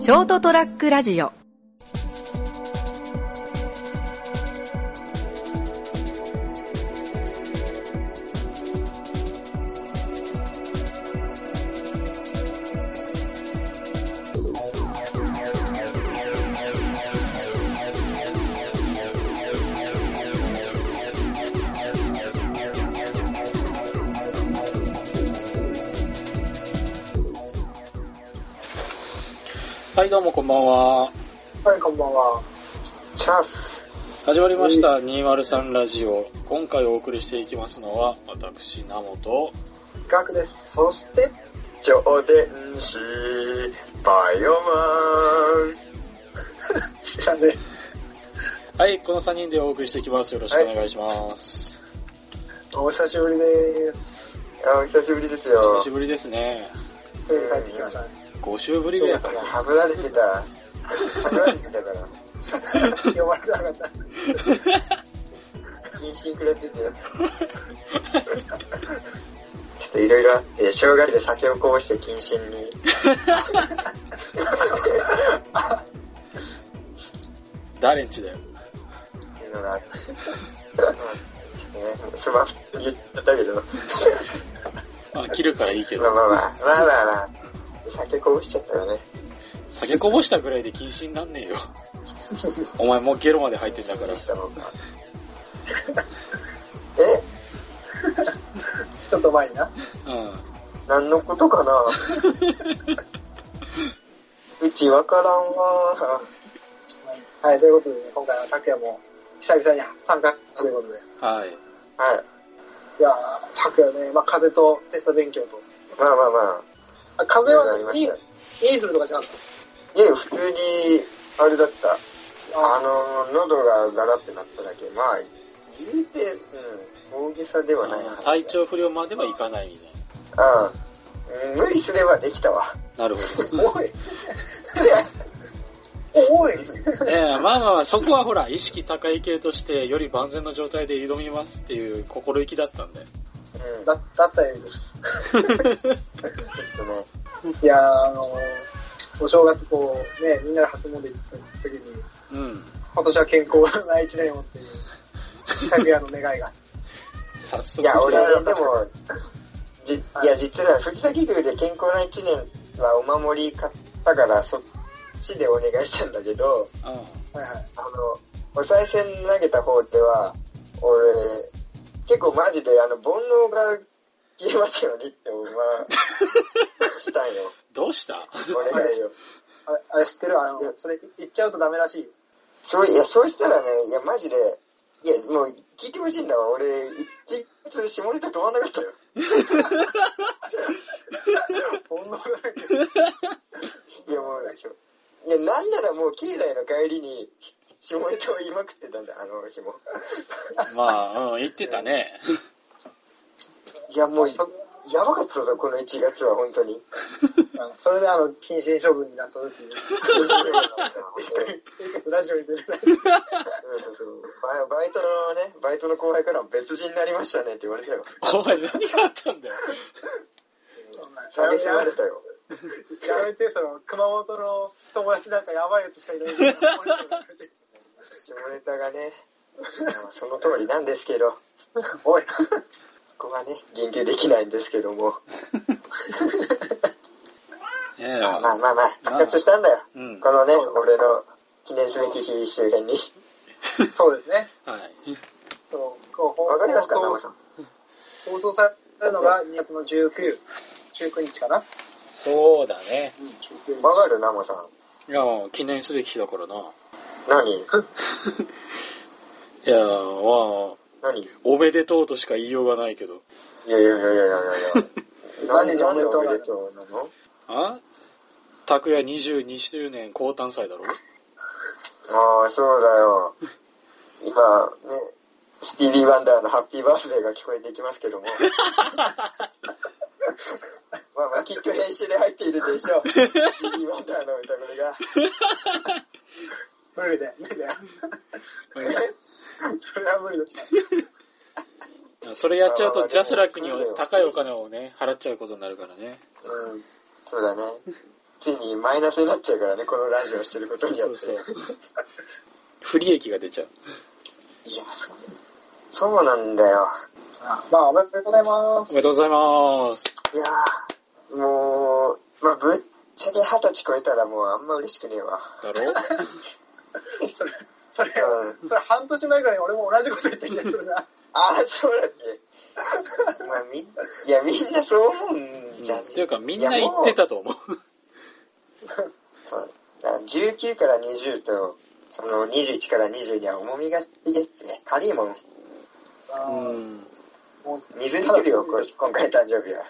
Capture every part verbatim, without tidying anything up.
ショートトラックラジオ。 はい、どうもこんばんは。 はい、こんばんは。チャス。 始まりました、にひゃくさんラジオ。今回お送りしていきますのは、私、ナモと、 ガクです。そして、超電子、バイオマン。知らねえ。はい、このさんにんでお送りしていきます。よろしくお願いします。 はい、お久しぶりです。あ、お久しぶりですよ。 お久しぶりですね。 帰ってきましたね。 ご週ぶりぐらいだった。 はぶられてた。はぶられてたから。呼ばれてなかった。謹慎くれてて。ちょっといろいろあって、正月で酒をこぼして謹慎に。 誰んちだよ。 っていうのがあって。ちょっとね、すまん言っちゃったけど。 まあ、切るからいいけど。 まあまあまあ、まあまあまあ。酒こぼしちゃったよね。 酒こぼしたぐらいで禁止になんねえよ。お前もうゲロまで入ってんだから。えちょっと前にな。 うん。 何のことかなうちわからんわ。はい、ということでね、今回は拓也も久々に参加ということで。 はい。 はい。いやー、拓也ね、まあ風とテスト勉強と。まあまあまあ。あ、風邪はインフルとかじゃなかった？いや、普通に、あれだった。あの、喉がガラってなっただけ。まあ、言うて、うん、大げさではないな。 体調不良まではいかないみたいな。ああ、無理すればできたわ。 なるほど。 おいおいええ、まあまあまあ、そこはほら、意識高い系として、より万全の状態で挑みますっていう心意気だったんで。 うん、だ, だったようです。ちょっとね。いやー、あのー、お正月こう、ね、みんなで初詣行った時に、うん、今年は健康な一年をっていう、拓也の願いが。 早速。 いや、俺はでも、じいや、実は藤崎宮で健康な一年はお守り買ったから、そっちでお願いしたんだけど、うん、はいはい、あの、お賽銭投げた方では、俺、結構マジであの煩悩が消えますようにって俺はしたんよ。 どうした？ お願いよ。あれ、あれ知ってる？あの、それ言っちゃうとダメらしいよ。そう、いや、そうしたらね、いや、マジで、いや、もう聞いてほしいんだわ。俺、一発下ネタ止まんなかったよ。煩悩だけど。いや、もう、いや、なんならもう境内の帰りに、下ネタを言いまくってたんだ、あの日も。 まあ、うん、言ってたね。 いや、もう、やばかったぞ、このいちがつは、本当に。それで、あの、謹慎処分になった時に。ラジオに出る。そうそう。バイトのね、バイトの後輩から別人になりましたねって言われたよ。 お前、何があったんだよ。 下げられたよ。やめて、その、熊本の友達なんかやばいやつしかいない。下ネタがね、その通りなんですけど、おい、ここはね、言及できないんですけども。 いやいやまあまあまあ、復活したんだよ。うん、このね、俺の記念すべき日周辺に。そうですね。はい。わかりますか、ナモさん。放送されるのがにがつのじゅうくにちかな。 そうだね。 わかる、ナモさん。 いや、記念すべき日だからな。 何いや、まあ、何おめでとうとしか言いようがないけど。 いやいやいやいやいやいや。何でおめでとうなの？ あ？拓也にじゅうにしゅうねん降誕祭だろ？ ああ、そうだよ。今、ね、スティービー・ワンダーのハッピーバースデーが聞こえてきますけども。まあまあ、きっと編集で入っているでしょう。スティービー・ワンダーの歌声が。無理だよ、無理だよ。それは無理だし。それやっちゃうとジャスラックに高いお金をね、払っちゃうことになるからね。 うん、そうだね。 ついにマイナスになっちゃうからね、このラジオをしてることによって。そうそう。 不利益が出ちゃう。 いや、そう、そうなんだよ。 あ、まあ、おめでとうございます。 おめでとうございます。 いやー、もう、まあ、ぶっちゃけ二十歳超えたらもうあんま嬉しくねえわ。 だろそれ、それ、うん、それ半年前ぐらいに俺も同じこと言ってきてるな。 ああ、そうだっけ。まあ、み、いや、みんなそう思うんじゃん。 っていうか、みんな言ってたと思う。 そう。だじゅうきゅうからにじゅうと、そのにじゅういちからにじゅうには重みがいいってね、軽いもん。 うん。 水に来るよ、今回誕生日は。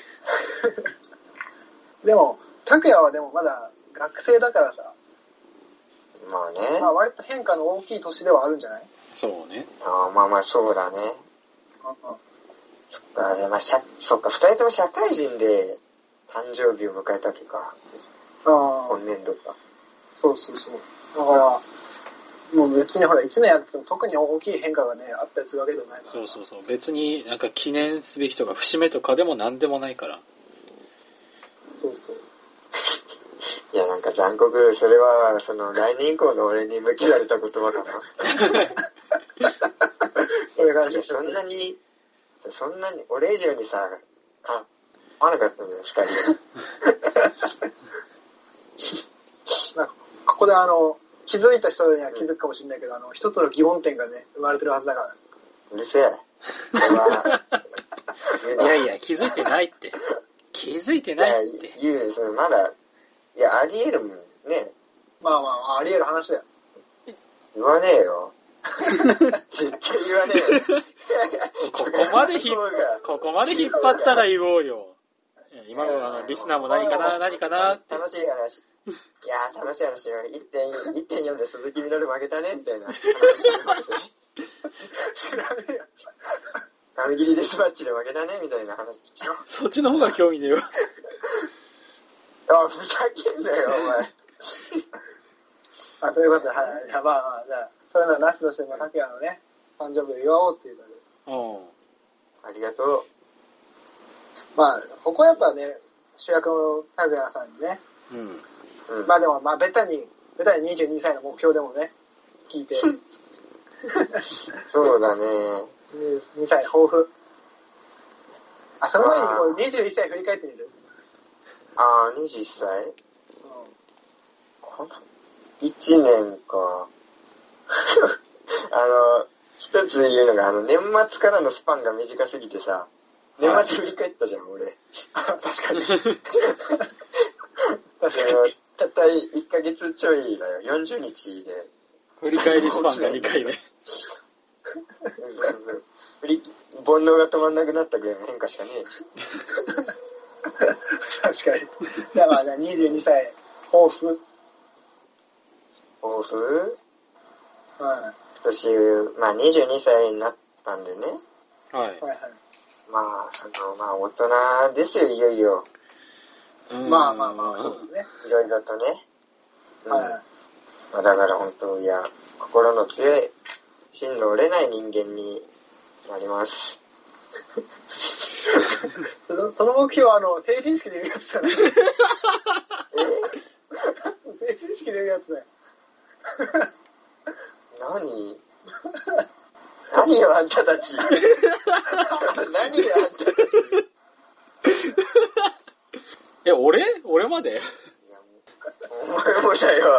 でも、拓也はでもまだ学生だからさ。 まあね。 まあ割と変化の大きい年ではあるんじゃない？ そうね。 ああ、まあまあそうだね。 うんうん、 そっか、じゃあまあ、しゃ、そっか、二人とも社会人で誕生日を迎えたわけか。 ああ。 今年度か。 そうそうそう。だから、もう別にほら、一年やっても特に大きい変化がね、あったりするわけじゃないから。 そうそうそう。別になんか記念すべきとか節目とかでも何でもないから。 そうそう。 いや、なんか残酷、それは、その、来年以降の俺に向けられた言葉かな。それが、そんなに、そんなに、俺以上にさ、か、合わなかったんだよ、二人。 なんか、ここであの、気づいた人には気づくかもしれないけど、あの、一つの疑問点がね、生まれてるはずだから。 うるせえ。 いやいや、気づいてないって。気づいてないって。 いや、言う、その、まだ、いや、あり得るもんね。 まあまあ、あり得る話だよ。 言わねえよ。絶対言わねえよ。 ここまでひっ、ここまで引っ張ったら言おうよ。今のあのリスナーも何かな、何かなって。 楽しい話。いやー、楽しい話よ。いってんよん で鈴木みのる負けたね、みたいな話。 知らねえよ。 紙切りデスマッチで負けたね、みたいな話。 そっちの方が興味ねえよ。 あ、ふざけんなよ、お前。 あ、ということで、はい、じゃあまあまあ、じゃあ、そういうのはなしとしても、拓也のね、誕生日を祝おうっていうので。 うん。ありがとう。 まあ、ここはやっぱね、主役の拓也さんにね、うん。まあでも、まあ、ベタに、ベタににじゅうにさいの目標でもね、聞いて。 そうだね。 にじゅうにさい抱負。あ、その前にこうにじゅういっさい振り返ってみる？ ああ、にじゅういっさい？うん。いちねんか。あの、一つ言うのが、あの、年末からのスパンが短すぎてさ、年末振り返ったじゃん、俺。 確かに。 確かに。たったいっかげつちょいだよ。よんじゅうにちで。 振り返りスパンがにかいめ。 そうそう振り、煩悩が止まんなくなったぐらいの変化しかねえ。 確かに。じゃあまあ、じゃあにじゅうにさい、抱負。 抱負？ はい。 今年、まあにじゅうにさいになったんでね。 はい。はいはい。 まあ、その、まあ大人ですよ、いよいよ。 まあまあまあ、そうですね。 いろいろとね。 うん、はい。 まあだから本当、いや、心の強い、芯の折れない人間になります。 その、その目標は、あの、成人式で言うやつじゃない？え成人式で言うやつだよ。 何何よ、あんたたち。何よ、あんたたち。 え、俺俺まで？いや、 もう、お前もだよ。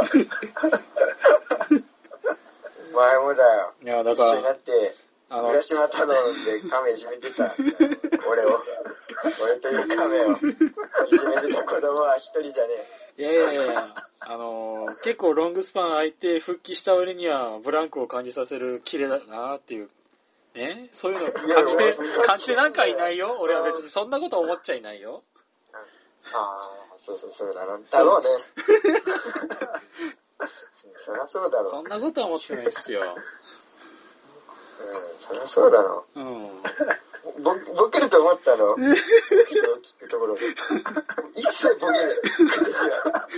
お前もだよ。 いや、だから。 一緒になって、浦島太郎で亀いじめてた。俺を。俺という亀を。いじめてた子供は一人じゃねえ。いやいやいや、あのー、結構ロングスパン空いて復帰した上にはブランクを感じさせる綺麗だなっていう。ね、そういうの感じて、感じてなんかいないよ。俺は別にそんなこと思っちゃいないよ。 ああ、そうそうそうだろう。だろうね。そりゃそうだろう。 そんなことは思ってないっすよ。 うん、そりゃそうだろう。うん。ぼ、ボケると思ったの？聞くところで。一切ボケない。今年は。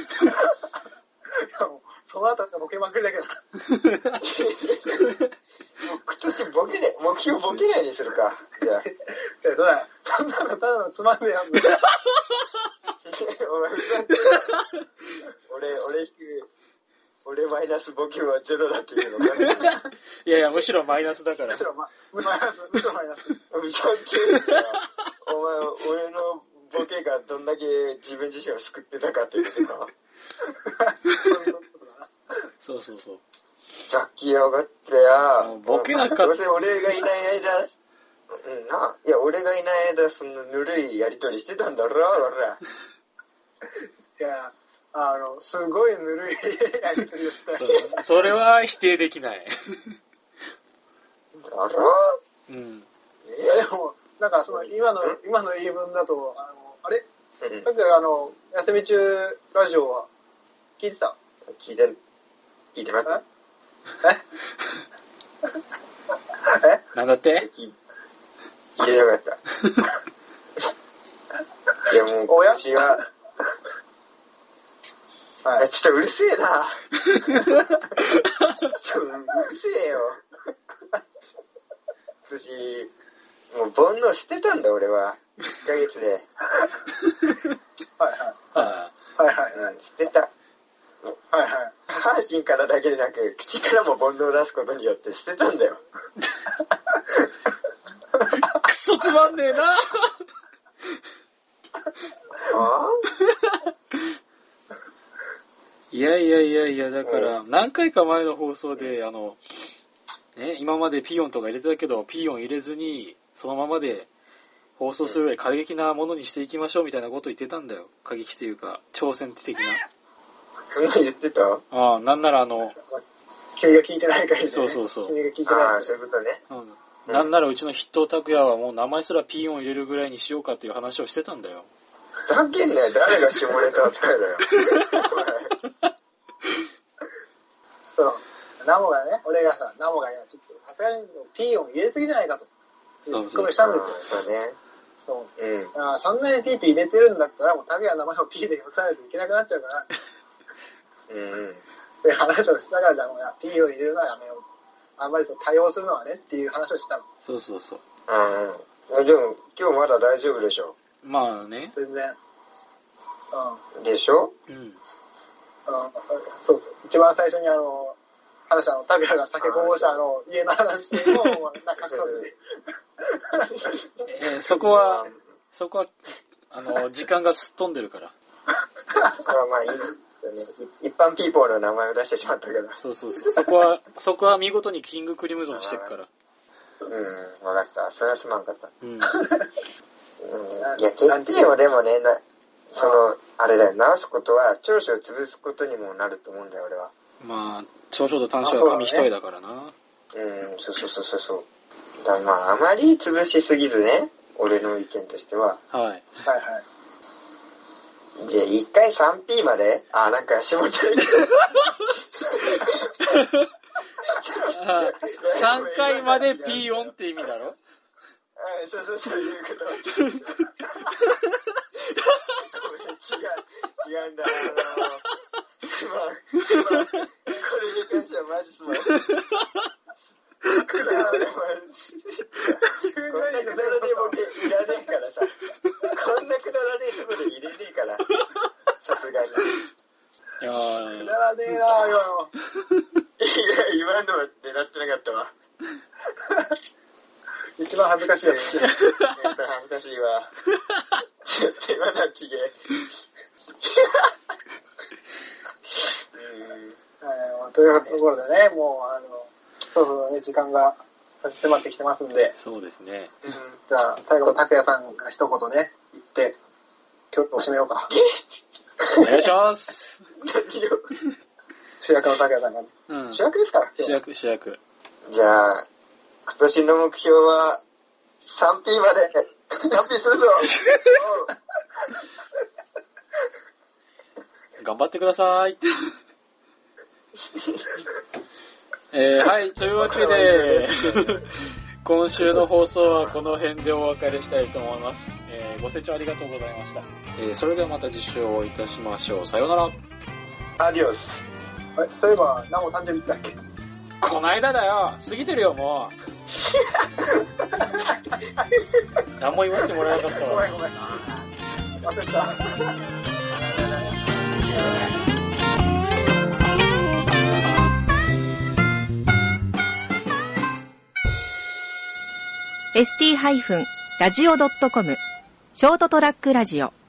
その後がボケまくりだけど。 今年ボケね、目標ボケないにするか。じゃあ。 え、どうだそんなのただのつまんねえやん。 お前俺、俺引く、俺マイナスボケはゼロだっていうのかな。 いやいや、むしろマイナスだから。 むしろマイナス、むしろマイナス。 ふざけんなよ。お前、俺のボケがどんだけ自分自身を救ってたかっていうことか。 そうそうそう。 さっきやがってや。 ボケなかった。 どうせ俺がいない間、うんな。いや、俺がいない間、そのぬるいやりとりしてたんだろ、俺ら。 いや、あの、すごいぬるいやりとりをした。 そ, それは否定できない。 だろうん。 いや、でも、なんかその、今の、今の言い分だと、あの、あれだってあの、休み中ラジオは、聞いてた？ 聞いて、聞いてます。 ええなんだって聞いてなかった。いやもう、 おや私は、はい、ちょっとうるせえな。ちょっとうるせえよ。私、もう煩悩捨てたんだ俺は。いっかげつで。 はいはい。はいはいはい。 捨てた。 はいはい。 下半身からだけでなく、口からも煩悩を出すことによって捨てたんだよ。 クソつまんねえな。 あいやいやいやいや、だから、何回か前の放送で、あの、ね、今までピヨンとか入れてたけど、ピヨン入れずに、そのままで放送するより過激なものにしていきましょうみたいなこと言ってたんだよ。過激っていうか、挑戦的な。 そんな言ってた？ ああ、なんならあの、 君が聞いてないからね。 そうそうそう。 君が聞いてない。 ああ、そういうことね。 うん。なんならうちの筆頭拓也はもう名前すらピーヨン入れるぐらいにしようかっていう話をしてたんだよ。 ふざけんなよ、誰が下ネタ扱いだよ。 そう。ナモがね、俺がさ、ナモがいや、ちょっとさすがにピーヨン入れすぎじゃないかと。ツッコミしたんですよ。 そうね。 そう。 うん。 あそんなにピーピー入れてるんだったら、もう拓也の名前をピーで抑えないといけなくなっちゃうから。 うんうん。 で、話をしたからだもんや、ピーを入れるのはやめよう。あんまりそう対応するのはねっていう話をしたの。 そうそうそう。 うんうん。でも、今日まだ大丈夫でしょ。 まあね。 全然。 うん。でしょ？ うん。うん。 そうそう。一番最初にあの、話したあの、タビアが酒こぼしたあの、家の話を、なんかそうえー、そこは、そこは、あの、時間がすっ飛んでるから。 それはまあいい。一般ピーポーの名前を出してしまったけど。 そうそうそう。そこは、そこは見事にキングクリムゾンしてるから。 うん、わかった。それはすまんかった。うん。うん、いや、決定をでもね、な、その、あれだよ、直すことは、長所を潰すことにもなると思うんだよ、俺は。 まあ、長所と短所は紙一重だからな。 うん、そうそうそうそうそう。だからまあ、あまり潰しすぎずね、俺の意見としては。 はい。はいはい。 じゃあ、一回 スリーピー まであ、なんか、下手に。 さんかいまで ピーオン って意味だろ？ あ、そうそう、そういうこと。ごめん、違う、違うんだ。あの、すまん、すまん。これに関してはマジすまん。くだらねえ、こんなくだらねえボケいらねえからさ。こんなくだらねえところ入れねえから。さすがに。 いやー。 くだらねえなぁ、今の。 いや、今のはってなってなかったわ。 一番恥ずかしいやつ。 恥ずかしいわ。ちょっと今のはちげえ。 うん、というところでね、もう、あの、そうそうね、時間が迫ってきてますんで。 そうですね。 うん、じゃあ、最後、拓也さんが一言ね、言って、今日お締めようか。 お願いします。 主役の拓也さんが、うん。主役ですから、 主役、主役。 じゃあ、今年の目標は スリーピー まで スリーピー するぞ。 頑張ってください。えー、はい、というわけで今週の放送はこの辺でお別れしたいと思います。えー、ご清聴ありがとうございました。えー、それではまた次週お会いいたしましょう。さようなら。 アディオス。 あれ、そういえば何も誕生日だっけ？ こないだだよ。過ぎてるよ、もう。何も祝ってもらえなかったわ。 ごめんごめん。忘れた。 エスティー ラジオ ドットコム ショートトラックラジオ